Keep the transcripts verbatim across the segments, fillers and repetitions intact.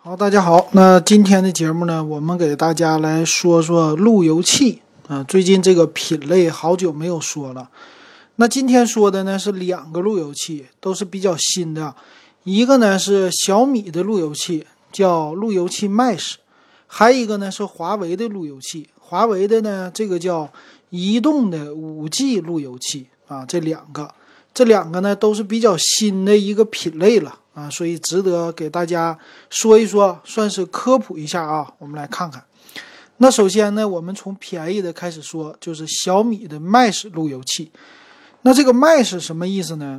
好，大家好。那今天的节目呢，我们给大家来说说路由器啊。最近这个品类好久没有说了。那今天说的呢是两个路由器，都是比较新的。一个呢是小米的路由器，叫路由器 Mesh， 还有一个呢是华为的路由器。华为的呢这个叫移动的 五 G 路由器啊。这两个，这两个呢都是比较新的一个品类了。啊，所以值得给大家说一说，算是科普一下啊。我们来看看，那首先呢，我们从便宜的开始说，就是小米的 Mesh 路由器。那这个 Mesh 什么意思呢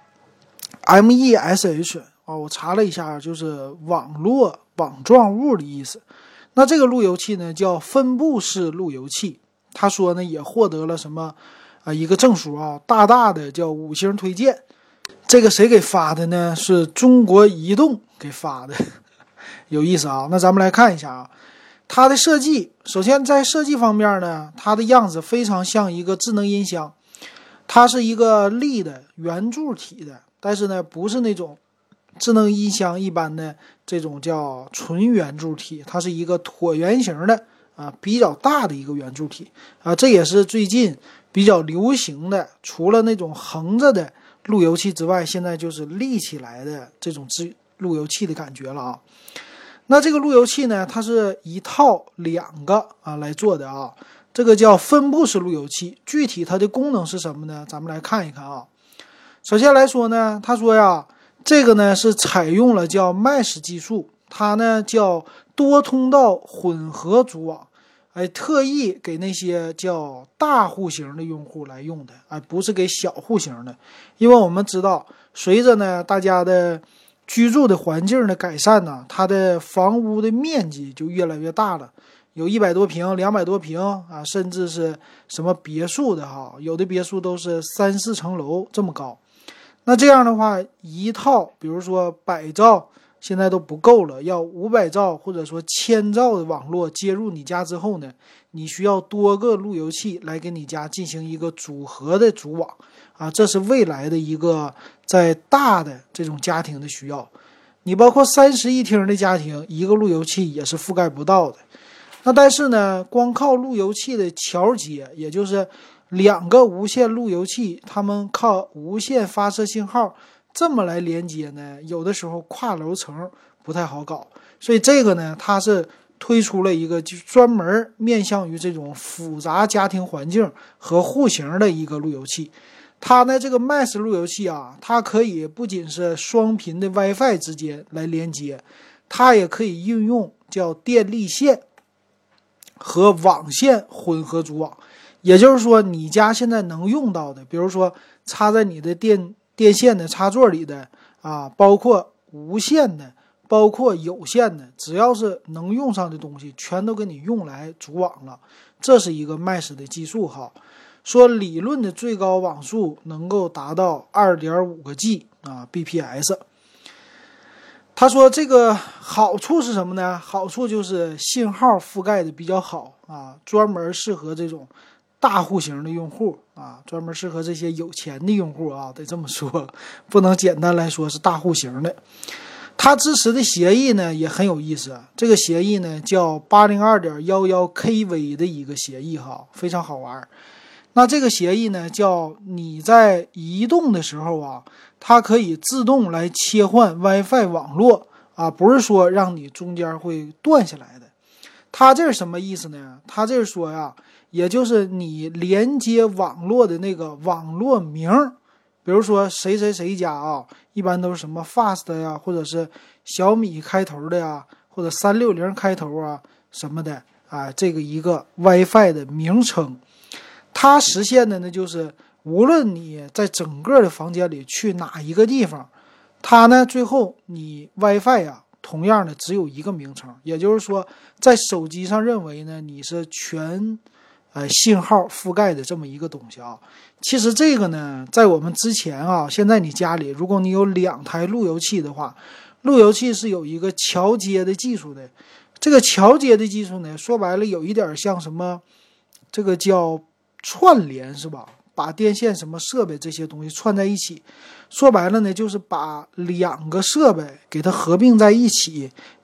？M E S H 啊，我查了一下，就是网络网状物的意思。那这个路由器呢，叫分布式路由器。他说呢，也获得了什么啊一个证书啊，大大的叫五星推荐。这个谁给发的呢？是中国移动给发的，有意思啊。那咱们来看一下啊，它的设计，首先在设计方面呢，它的样子非常像一个智能音箱，它是一个立的圆柱体的，但是呢不是那种智能音箱一般的这种叫纯圆柱体，它是一个椭圆形的啊，比较大的一个圆柱体啊，这也是最近比较流行的，除了那种横着的路由器之外，现在就是立起来的这种路由器的感觉了啊。那这个路由器呢，它是一套两个啊来做的啊，这个叫分布式路由器。具体它的功能是什么呢？咱们来看一看啊。首先来说呢，他说呀，这个呢是采用了叫 Mesh 技术，它呢叫多通道混合组网。哎，特意给那些叫大户型的用户来用的，哎，不是给小户型的。因为我们知道，随着呢大家的居住的环境的改善呢，它的房屋的面积就越来越大了，有一百多平、两百多平啊，甚至是什么别墅的哈，有的别墅都是三四层楼这么高。那这样的话，一套比如说百兆。现在都不够了，要五百兆或者说千兆的网络接入你家之后呢，你需要多个路由器来给你家进行一个组合的组网啊，这是未来的一个在大的这种家庭的需要。你包括三室一厅的家庭，一个路由器也是覆盖不到的。那但是呢，光靠路由器的桥接，也就是两个无线路由器，它们靠无线发射信号这么来连接呢，有的时候跨楼层不太好搞，所以这个呢，它是推出了一个就专门面向于这种复杂家庭环境和户型的一个路由器。它呢，这个 Mesh 路由器啊，它可以不仅是双频的 WiFi 之间来连接，它也可以应用叫电力线和网线混合组网。也就是说，你家现在能用到的，比如说插在你的电电线的插座里的啊，包括无线的，包括有线的，只要是能用上的东西，全都给你用来组网了。这是一个 Mesh 的技术哈，说理论的最高网速能够达到 二点五个 G 啊 B P S。他说这个好处是什么呢？好处就是信号覆盖的比较好啊，专门适合这种大户型的用户啊，专门适合这些有钱的用户啊，得这么说，不能简单来说是大户型的。它支持的协议呢也很有意思，这个协议呢叫 八零二点一一 K V 的一个协议哈，非常好玩。那这个协议呢叫你在移动的时候啊，它可以自动来切换 WiFi 网络啊，不是说让你中间会断下来的。它这是什么意思呢？它这是说呀，也就是你连接网络的那个网络名，比如说谁谁谁家啊，一般都是什么 Fast 呀，或者是小米开头的呀，或者三六零开头啊什么的啊，这个一个 WiFi 的名称，它实现的呢就是无论你在整个的房间里去哪一个地方，它呢最后你 WiFi 呀、啊。同样的只有一个名称，也就是说在手机上认为呢你是全呃信号覆盖的这么一个东西啊。其实这个呢在我们之前啊，现在你家里如果你有两台路由器的话，路由器是有一个桥接的技术的。这个桥接的技术呢，说白了有一点像什么，这个叫串联是吧，把电线什么设备这些东西串在一起，说白了呢就是把两个设备给它合并在一起，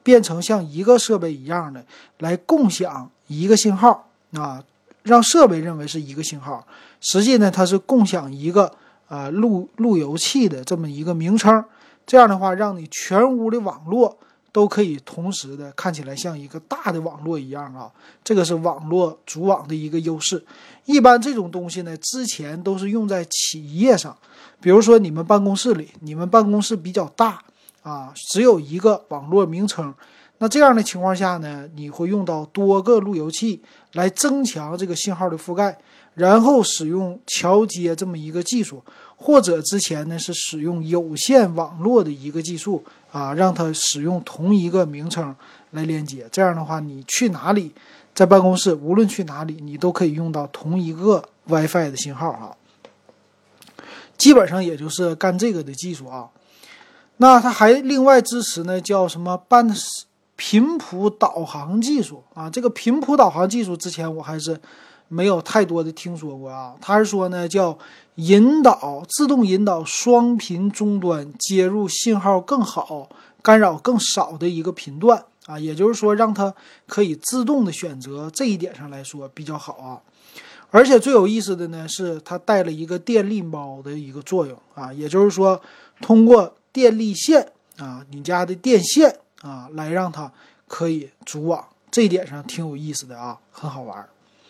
变成像一个设备一样的来共享一个信号啊，让设备认为是一个信号，实际呢它是共享一个呃路路由器的这么一个名称。这样的话，让你全屋的网络都可以同时的看起来像一个大的网络一样啊，这个是网络组网的一个优势。一般这种东西呢，之前都是用在企业上，比如说你们办公室里，你们办公室比较大啊，只有一个网络名称，那这样的情况下呢，你会用到多个路由器来增强这个信号的覆盖，然后使用桥接这么一个技术，或者之前呢是使用有线网络的一个技术啊，让它使用同一个名称来连接。这样的话，你去哪里，在办公室无论去哪里，你都可以用到同一个 WiFi 的信号啊。基本上也就是干这个的技术啊。那它还另外支持呢，叫什么半频谱导航技术啊？这个频谱导航技术之前我还是没有太多的听说过啊。它是说呢，叫引导自动引导双频终端接入信号更好、干扰更少的一个频段啊，也就是说让它可以自动的选择，这一点上来说比较好啊。而且最有意思的呢，是它带了一个电力猫的一个作用啊，也就是说通过电力线啊，你家的电线啊，来让它可以组网，这一点上挺有意思的啊，很好玩。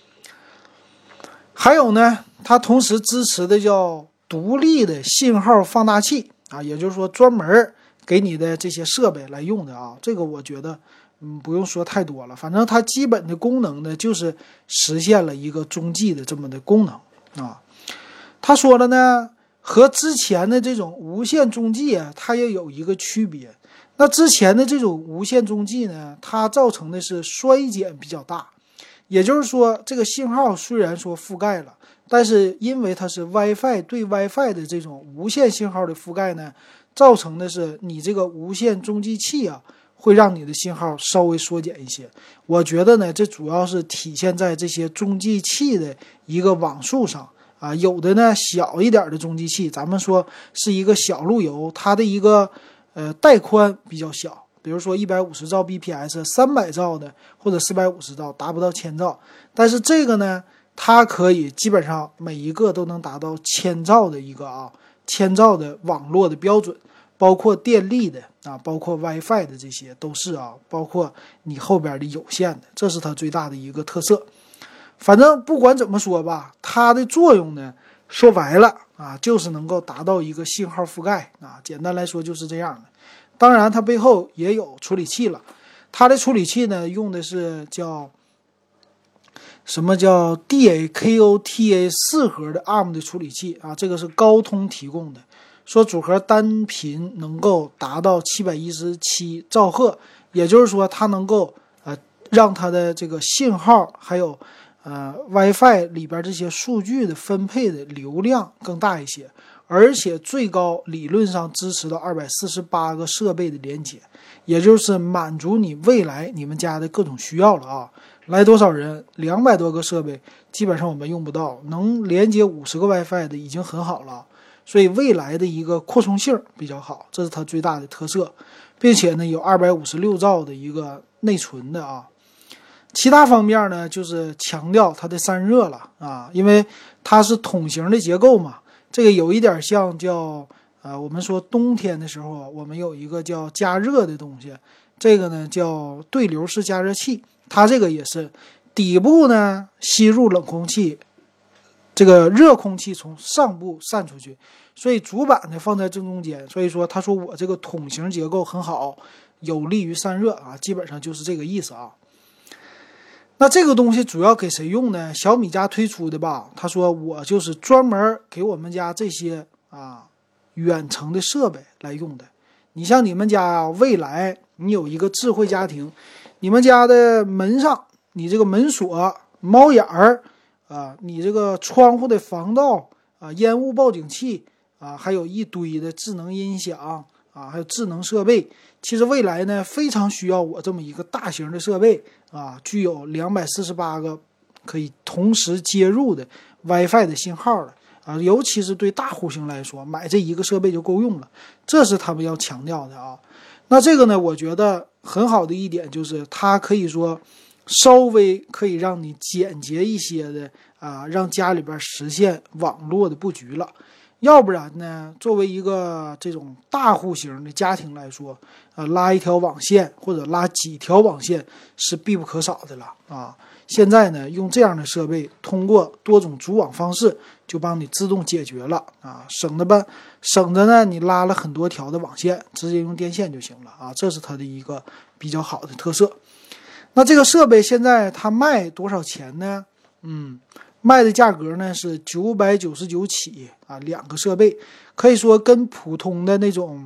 还有呢，它同时支持的叫独立的信号放大器啊，也就是说专门给你的这些设备来用的啊。这个我觉得嗯不用说太多了，反正它基本的功能呢就是实现了一个中继的这么的功能啊。他说了呢，和之前的这种无线中继啊，它也有一个区别。那之前的这种无线中继呢，它造成的是衰减比较大，也就是说这个信号虽然说覆盖了，但是因为它是 WiFi 对 WiFi 的这种无线信号的覆盖呢，造成的是你这个无线中继器啊，会让你的信号稍微缩减一些。我觉得呢，这主要是体现在这些中继器的一个网速上啊，有的呢小一点的中继器，咱们说是一个小路由，它的一个呃带宽比较小，比如说一百五十兆 B P S、三百兆的或者四百五十兆，达不到千兆。但是这个呢，它可以基本上每一个都能达到千兆的一个啊，千兆的网络的标准，包括电力的啊，包括 WiFi 的这些都是啊，包括你后边的有线的，这是它最大的一个特色。反正不管怎么说吧，它的作用呢，说白了啊，就是能够达到一个信号覆盖啊，简单来说就是这样的。当然它背后也有处理器了，它的处理器呢用的是叫什么叫 D A K O T A 四核的 A R M 的处理器啊，这个是高通提供的，说组合单频能够达到七百一十七兆赫，也就是说它能够呃让它的这个信号还有呃 WiFi 里边这些数据的分配的流量更大一些，而且最高理论上支持到二百四十八个设备的连接，也就是满足你未来你们家的各种需要了啊。来多少人，两百多个设备基本上我们用不到，能连接五十个 WiFi 的已经很好了，所以未来的一个扩充性比较好，这是它最大的特色，并且呢有二百五十六兆的一个内存的啊。其他方面呢，就是强调它的散热了啊，因为它是筒形的结构嘛，这个有一点像叫呃，我们说冬天的时候，我们有一个叫加热的东西，这个呢叫对流式加热器，它这个也是底部呢吸入冷空气，这个热空气从上部散出去，所以主板呢放在正中间，所以说他说我这个筒形结构很好，有利于散热啊，基本上就是这个意思啊。那这个东西主要给谁用呢？小米家推出的吧，他说我就是专门给我们家这些啊远程的设备来用的。你像你们家啊，未来你有一个智慧家庭，你们家的门上，你这个门锁、猫眼儿啊，你这个窗户的防盗啊、烟雾报警器啊，还有一堆的智能音响啊，还有智能设备。其实未来呢，非常需要我这么一个大型的设备啊，具有两百四十八个可以同时接入的 WiFi 的信号了啊，尤其是对大户型来说，买这一个设备就够用了，这是他们要强调的啊。 那这个呢，我觉得很好的一点就是它可以说稍微可以让你简洁一些的啊，让家里边实现网络的布局了。要不然呢，作为一个这种大户型的家庭来说，呃，拉一条网线或者拉几条网线是必不可少的了啊。现在呢，用这样的设备，通过多种组网方式，就帮你自动解决了啊，省得吧，省得呢你拉了很多条的网线，直接用电线就行了啊，这是它的一个比较好的特色。那这个设备现在它卖多少钱呢？嗯。卖的价格呢是九百九十九起啊，两个设备可以说跟普通的那种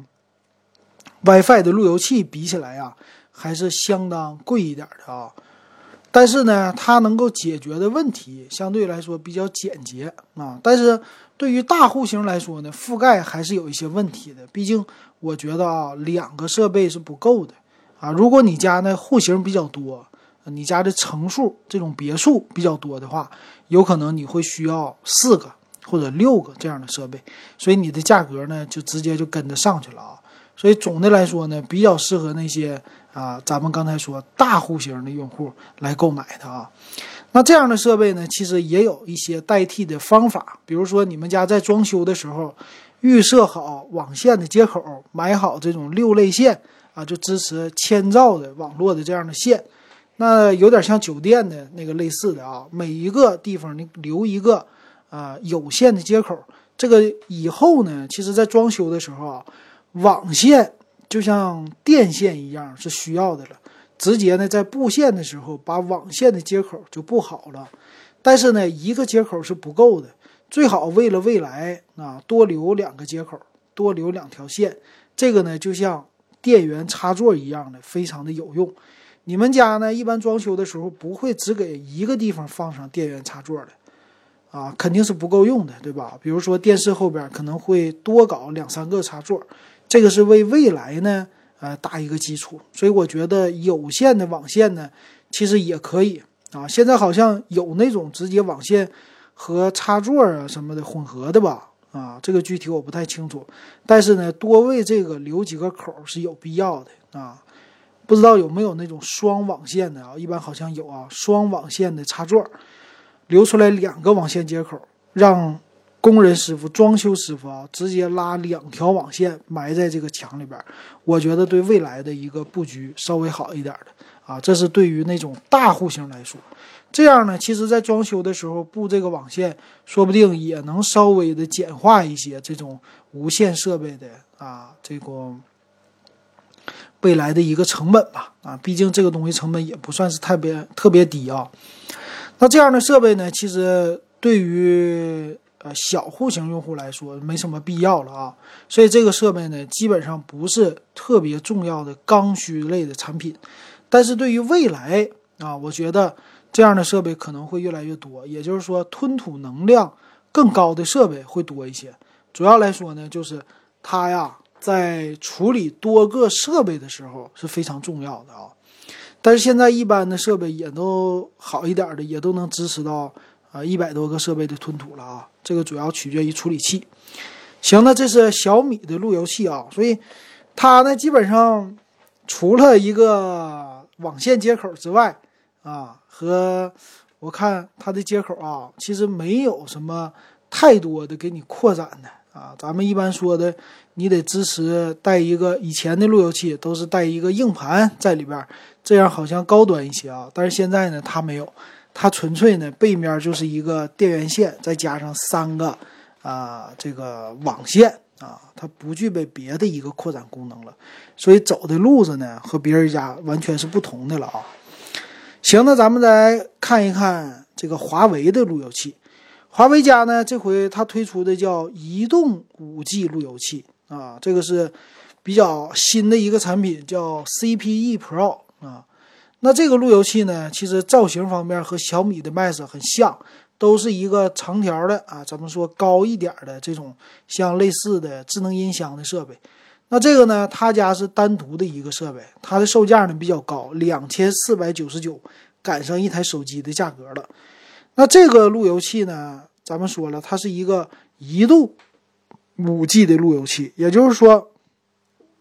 WiFi 的路由器比起来啊，还是相当贵一点的啊。但是呢，它能够解决的问题相对来说比较简洁啊。但是对于大户型来说呢，覆盖还是有一些问题的。毕竟我觉得啊，两个设备是不够的啊。如果你家呢户型比较多，你家的层数这种别墅比较多的话，有可能你会需要四个或者六个这样的设备，所以你的价格呢就直接就跟着上去了啊。所以总的来说呢，比较适合那些啊咱们刚才说大户型的用户来购买的啊。那这样的设备呢，其实也有一些代替的方法，比如说你们家在装修的时候预设好网线的接口，买好这种六类线啊，就支持千兆的网络的这样的线。那有点像酒店的那个类似的啊，每一个地方你留一个啊、呃、有线的接口。这个以后呢，其实在装修的时候啊，网线就像电线一样是需要的了。直接呢在布线的时候把网线的接口就布好了。但是呢，一个接口是不够的，最好为了未来啊多留两个接口，多留两条线。这个呢就像电源插座一样的，非常的有用。你们家呢，一般装修的时候不会只给一个地方放上电源插座的，啊，肯定是不够用的，对吧？比如说电视后边可能会多搞两三个插座，这个是为未来呢，呃，打一个基础。所以我觉得有线的网线呢，其实也可以啊。现在好像有那种直接网线和插座啊什么的混合的吧，啊，这个具体我不太清楚。但是呢，多为这个留几个口是有必要的啊。不知道有没有那种双网线的啊？一般好像有啊，双网线的插座，留出来两个网线接口，让工人师傅、装修师傅啊直接拉两条网线埋在这个墙里边。我觉得对未来的一个布局稍微好一点的啊，这是对于那种大户型来说。这样呢，其实在装修的时候布这个网线，说不定也能稍微的简化一些这种无线设备的啊这个。未来的一个成本吧，啊，毕竟这个东西成本也不算是特别特别低啊。那这样的设备呢，其实对于呃小户型用户来说没什么必要了啊。所以这个设备呢，基本上不是特别重要的刚需类的产品。但是对于未来啊，我觉得这样的设备可能会越来越多，也就是说吞吐能量更高的设备会多一些。主要来说呢，就是它呀。在处理多个设备的时候是非常重要的啊，但是现在一般的设备也都好一点的，也都能支持到啊一百多个设备的吞吐了啊。这个主要取决于处理器。行，那这是小米的路由器啊，所以它呢基本上除了一个网线接口之外啊，和我看它的接口啊，其实没有什么太多的给你扩展的。啊，咱们一般说的，你得支持带一个，以前的路由器都是带一个硬盘在里边，这样好像高端一些啊。但是现在呢，它没有，它纯粹呢背面就是一个电源线，再加上三个啊、呃、这个网线啊，它不具备别的一个扩展功能了。所以走的路子呢和别人家完全是不同的了啊。行，那咱们再看一看这个华为的路由器。华为家呢，这回它推出的叫移动 五 G 路由器啊，这个是比较新的一个产品，叫 C P E Pro 啊。那这个路由器呢，其实造型方面和小米的 Max 很像，都是一个长条的啊，咱们说高一点的这种像类似的智能音箱的设备。那这个呢，他家是单独的一个设备，它的售价呢比较高，两千四百九十九，赶上一台手机的价格了。那这个路由器呢，咱们说了，它是一个移动 五 G 的路由器，也就是说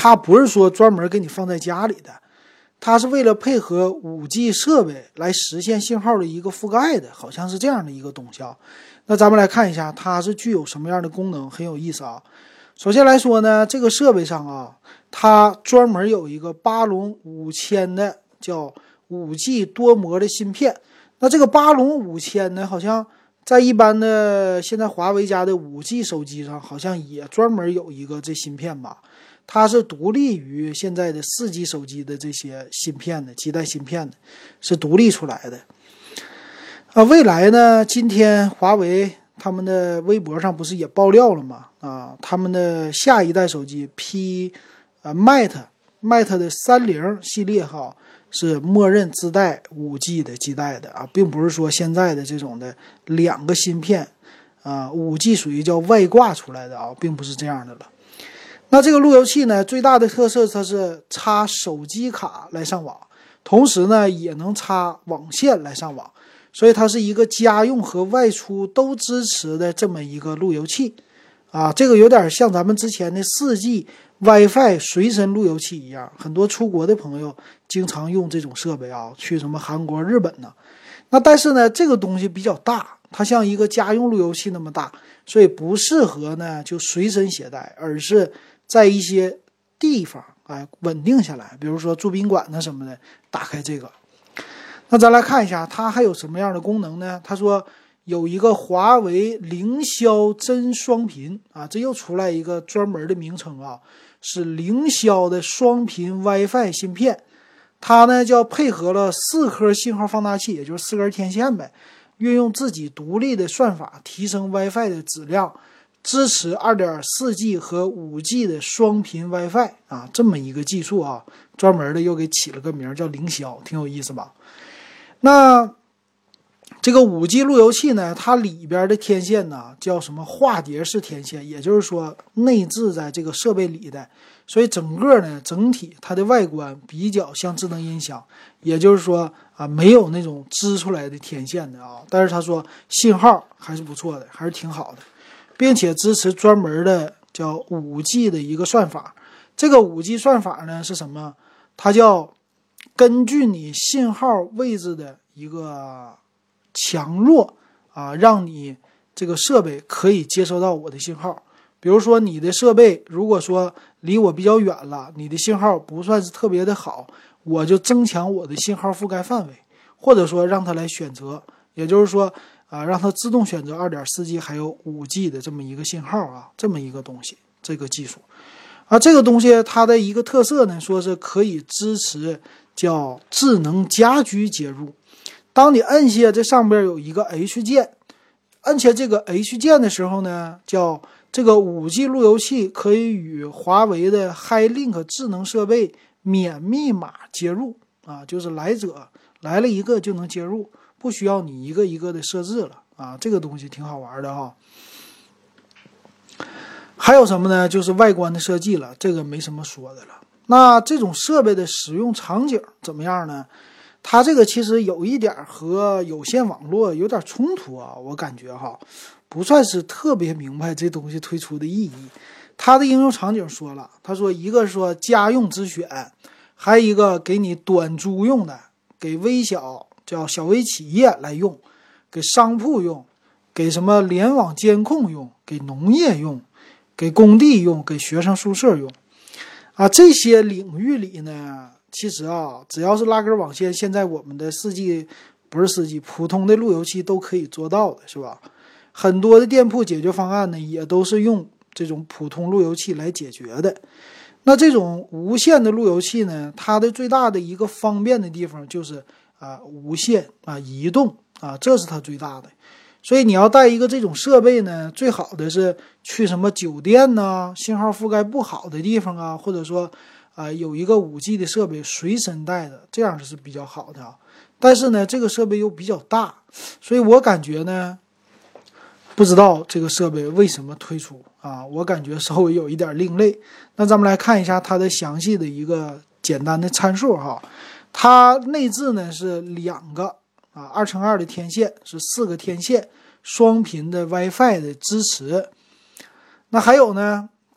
它不是说专门给你放在家里的，它是为了配合 五 G 设备来实现信号的一个覆盖的，好像是这样的一个东西啊。那咱们来看一下它是具有什么样的功能，很有意思啊。首先来说呢，这个设备上啊，它专门有一个巴龙五千的叫 五 G 多模的芯片。那这个巴龙五千呢，好像在一般的现在华为家的 五 G 手机上好像也专门有一个这芯片吧，它是独立于现在的 四 G 手机的这些芯片的基带芯片的，是独立出来的啊。未来呢，今天华为他们的微博上不是也爆料了吗？啊，他们的下一代手机 P 啊 Mate Mate 的三十系列哈，是默认自带 五 G 的基带的啊，并不是说现在的这种的两个芯片啊 ，五 G 属于叫外挂出来的啊，并不是这样的了。那这个路由器呢，最大的特色它是插手机卡来上网，同时呢也能插网线来上网。所以它是一个家用和外出都支持的这么一个路由器啊，这个有点像咱们之前的 四 G WiFi 随身路由器一样，很多出国的朋友经常用这种设备啊，去什么韩国、日本呢。那但是呢，这个东西比较大，它像一个家用路由器那么大，所以不适合呢就随身携带，而是在一些地方哎稳定下来，比如说住宾馆呢什么的，打开这个。那咱来看一下它还有什么样的功能呢？他说有一个华为凌霄真双频啊，这又出来一个专门的名称啊，是凌霄的双频 WiFi 芯片。它呢叫配合了四颗信号放大器，也就是四根天线呗，运用自己独立的算法提升 WiFi 的质量，支持 二点四 G 和 五 G 的双频 WiFi 啊，这么一个技术啊，专门的又给起了个名叫凌霄，挺有意思吧？那这个 五 G 路由器呢，它里边的天线呢叫什么化叠式天线，也就是说内置在这个设备里的，所以整个呢整体它的外观比较像智能音响，也就是说啊没有那种支出来的天线的啊，但是他说信号还是不错的，还是挺好的，并且支持专门的叫 五 G 的一个算法。这个 五 G 算法呢是什么？它叫根据你信号位置的一个强弱啊，让你这个设备可以接收到我的信号。比如说你的设备如果说离我比较远了，你的信号不算是特别的好，我就增强我的信号覆盖范围，或者说让它来选择，也就是说啊，让它自动选择 二点四 G 还有 五 G 的这么一个信号啊，这么一个东西，这个技术啊，这个东西它的一个特色呢，说是可以支持叫智能家居接入。当你摁下这上边有一个 H 键，摁下这个 H 键的时候呢，叫这个 五 G 路由器可以与华为的 HiLink 智能设备免密码接入啊，就是来者来了一个就能接入，不需要你一个一个的设置了啊，这个东西挺好玩的哈。还有什么呢？就是外观的设计了，这个没什么说的了。那这种设备的使用场景怎么样呢？它这个其实有一点和有线网络有点冲突啊，我感觉哈，不算是特别明白这东西推出的意义。它的应用场景说了，他说一个说家用之选，还有一个给你短租用的，给微小叫小微企业来用，给商铺用，给什么联网监控用，给农业用，给工地用，给学生宿舍用啊，这些领域里呢，其实啊，只要是拉根网线，现在我们的 四 G 不是 四 G 普通的路由器都可以做到的，是吧？很多的店铺解决方案呢，也都是用这种普通路由器来解决的。那这种无线的路由器呢，它的最大的一个方便的地方就是啊，无线啊移动啊，这是它最大的。所以你要带一个这种设备呢，最好的是去什么酒店呢，信号覆盖不好的地方啊，或者说啊、呃、有一个 五 G 的设备随身带的，这样是比较好的啊。但是呢，这个设备又比较大，所以我感觉呢，不知道这个设备为什么推出啊，我感觉稍微有一点另类。那咱们来看一下它的详细的一个简单的参数哈，它内置呢是两个啊，二乘二的天线是四个天线，双频的 WiFi 的支持。那还有呢，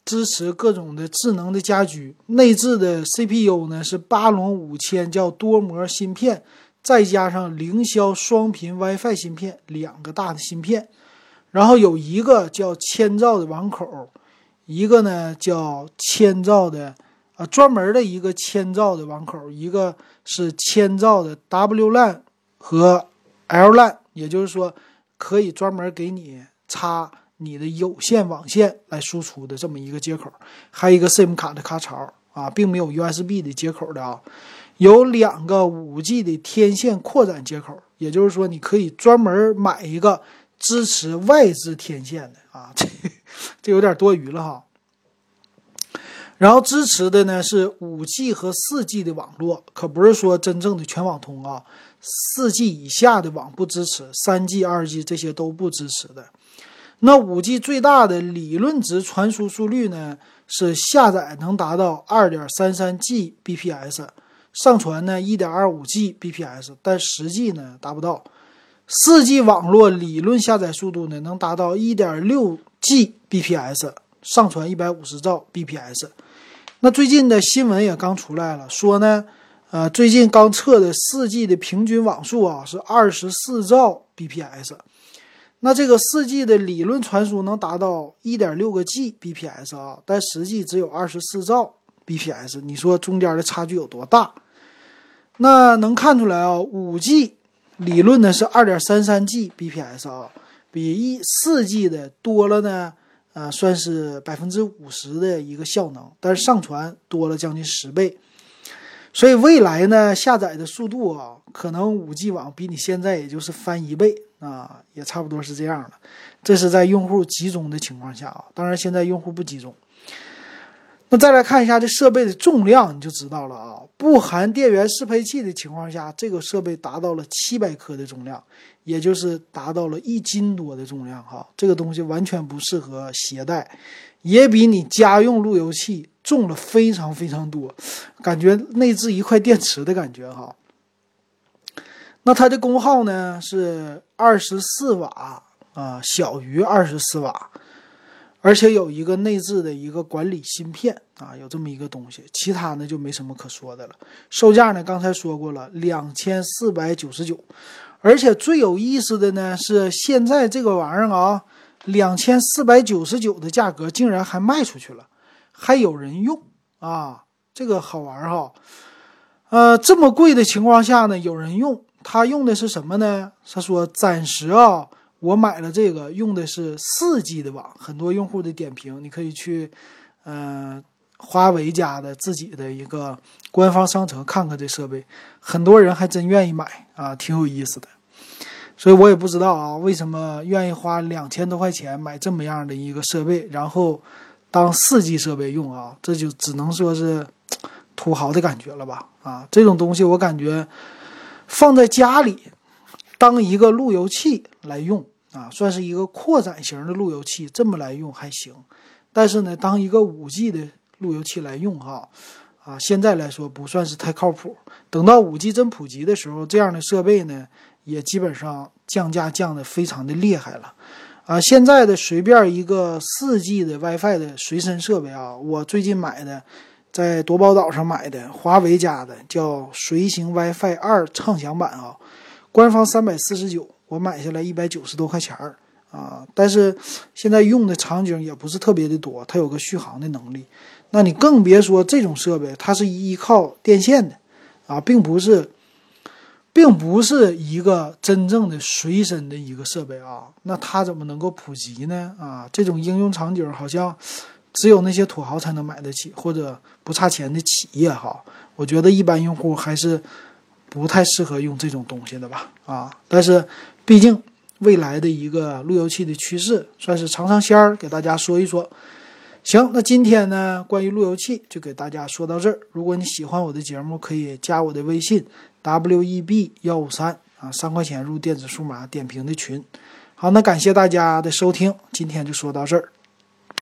支持各种的智能的家居，内置的 C P U 呢是巴龙五千叫多模芯片，再加上凌霄双频 WiFi 芯片，两个大的芯片，然后有一个叫千兆的网口，一个呢叫千兆的啊专门的一个千兆的网口，一个是千兆的 W LAN 和 L LAN， 也就是说可以专门给你插你的有线网线来输出的这么一个接口，还有一个 SIM 卡的卡槽啊，并没有 U S B 的接口的啊。有两个 五 G 的天线扩展接口，也就是说你可以专门买一个支持外置天线的啊，这这有点多余了哈。然后支持的呢是 五 G 和 四 G 的网络，可不是说真正的全网通啊， 四 G 以下的网不支持， 三 G、二 G 这些都不支持的。那 五 G 最大的理论值传输速率呢是下载能达到 二点三三 G B P S， 上传呢 一点二五 G B P S， 但实际呢达不到。 四 G 网络理论下载速度呢能达到 一点六 G B P S， 上传一百五十兆 B P S。 那最近的新闻也刚出来了，说呢呃，最近刚测的 四 G 的平均网速啊是二十四兆 B P S，那这个 四 G 的理论传输能达到 一点六个 G B P S 啊，但实际只有二十四兆 B P S， 你说中间的差距有多大？那能看出来啊 ，五 G 理论呢是 二点三三 G B P S 啊，比四 G 的多了呢，呃，算是 百分之五十 的一个效能，但是上传多了将近十倍。所以未来呢，下载的速度啊，可能 五 G 网比你现在也就是翻一倍啊，也差不多是这样的。这是在用户集中的情况下啊，当然现在用户不集中。那再来看一下这设备的重量，你就知道了啊。不含电源适配器的情况下，这个设备达到了七百克的重量，也就是达到了一斤多的重量哈。这个东西完全不适合携带，也比你家用路由器重了非常非常多，感觉内置一块电池的感觉哈。那它的功耗呢是二十四瓦啊，小于二十四瓦，而且有一个内置的一个管理芯片啊，有这么一个东西，其他呢就没什么可说的了。售价呢刚才说过了，两千四百九十九，而且最有意思的呢是现在这个玩意儿啊，两千四百九十九的价格竟然还卖出去了，还有人用啊，这个好玩哈。呃，这么贵的情况下呢，有人用，他用的是什么呢？他说暂时啊，我买了这个用的是 四 G 的网，很多用户的点评，你可以去呃华为家的自己的一个官方商城看看这设备，很多人还真愿意买啊，挺有意思的。所以我也不知道啊，为什么愿意花两千多块钱买这么样的一个设备，然后当 四 G 设备用啊，这就只能说是土豪的感觉了吧啊，这种东西我感觉放在家里当一个路由器来用啊，算是一个扩展型的路由器，这么来用还行。但是呢，当一个 五 G 的路由器来用哈啊，现在来说不算是太靠谱。等到 五 G 真普及的时候，这样的设备呢也基本上降价降得非常的厉害了啊。现在的随便一个 四 G 的 WiFi 的随身设备啊，我最近买的在夺宝岛上买的，华为家的叫随行 WiFi 二畅享版啊，官方三百四十九，我买下来一百九十多块钱儿啊。但是现在用的场景也不是特别的多，它有个续航的能力。那你更别说这种设备，它是依靠电线的啊，并不是，并不是一个真正的随身的一个设备啊。那它怎么能够普及呢？啊，这种应用场景好像只有那些土豪才能买得起，或者不差钱的企业哈。我觉得一般用户还是不太适合用这种东西的吧啊。但是毕竟未来的一个路由器的趋势，算是尝尝鲜儿，给大家说一说。行，那今天呢关于路由器就给大家说到这儿。如果你喜欢我的节目，可以加我的微信 W E B 一五三啊，三块钱入电子数码点评的群。好，那感谢大家的收听，今天就说到这儿。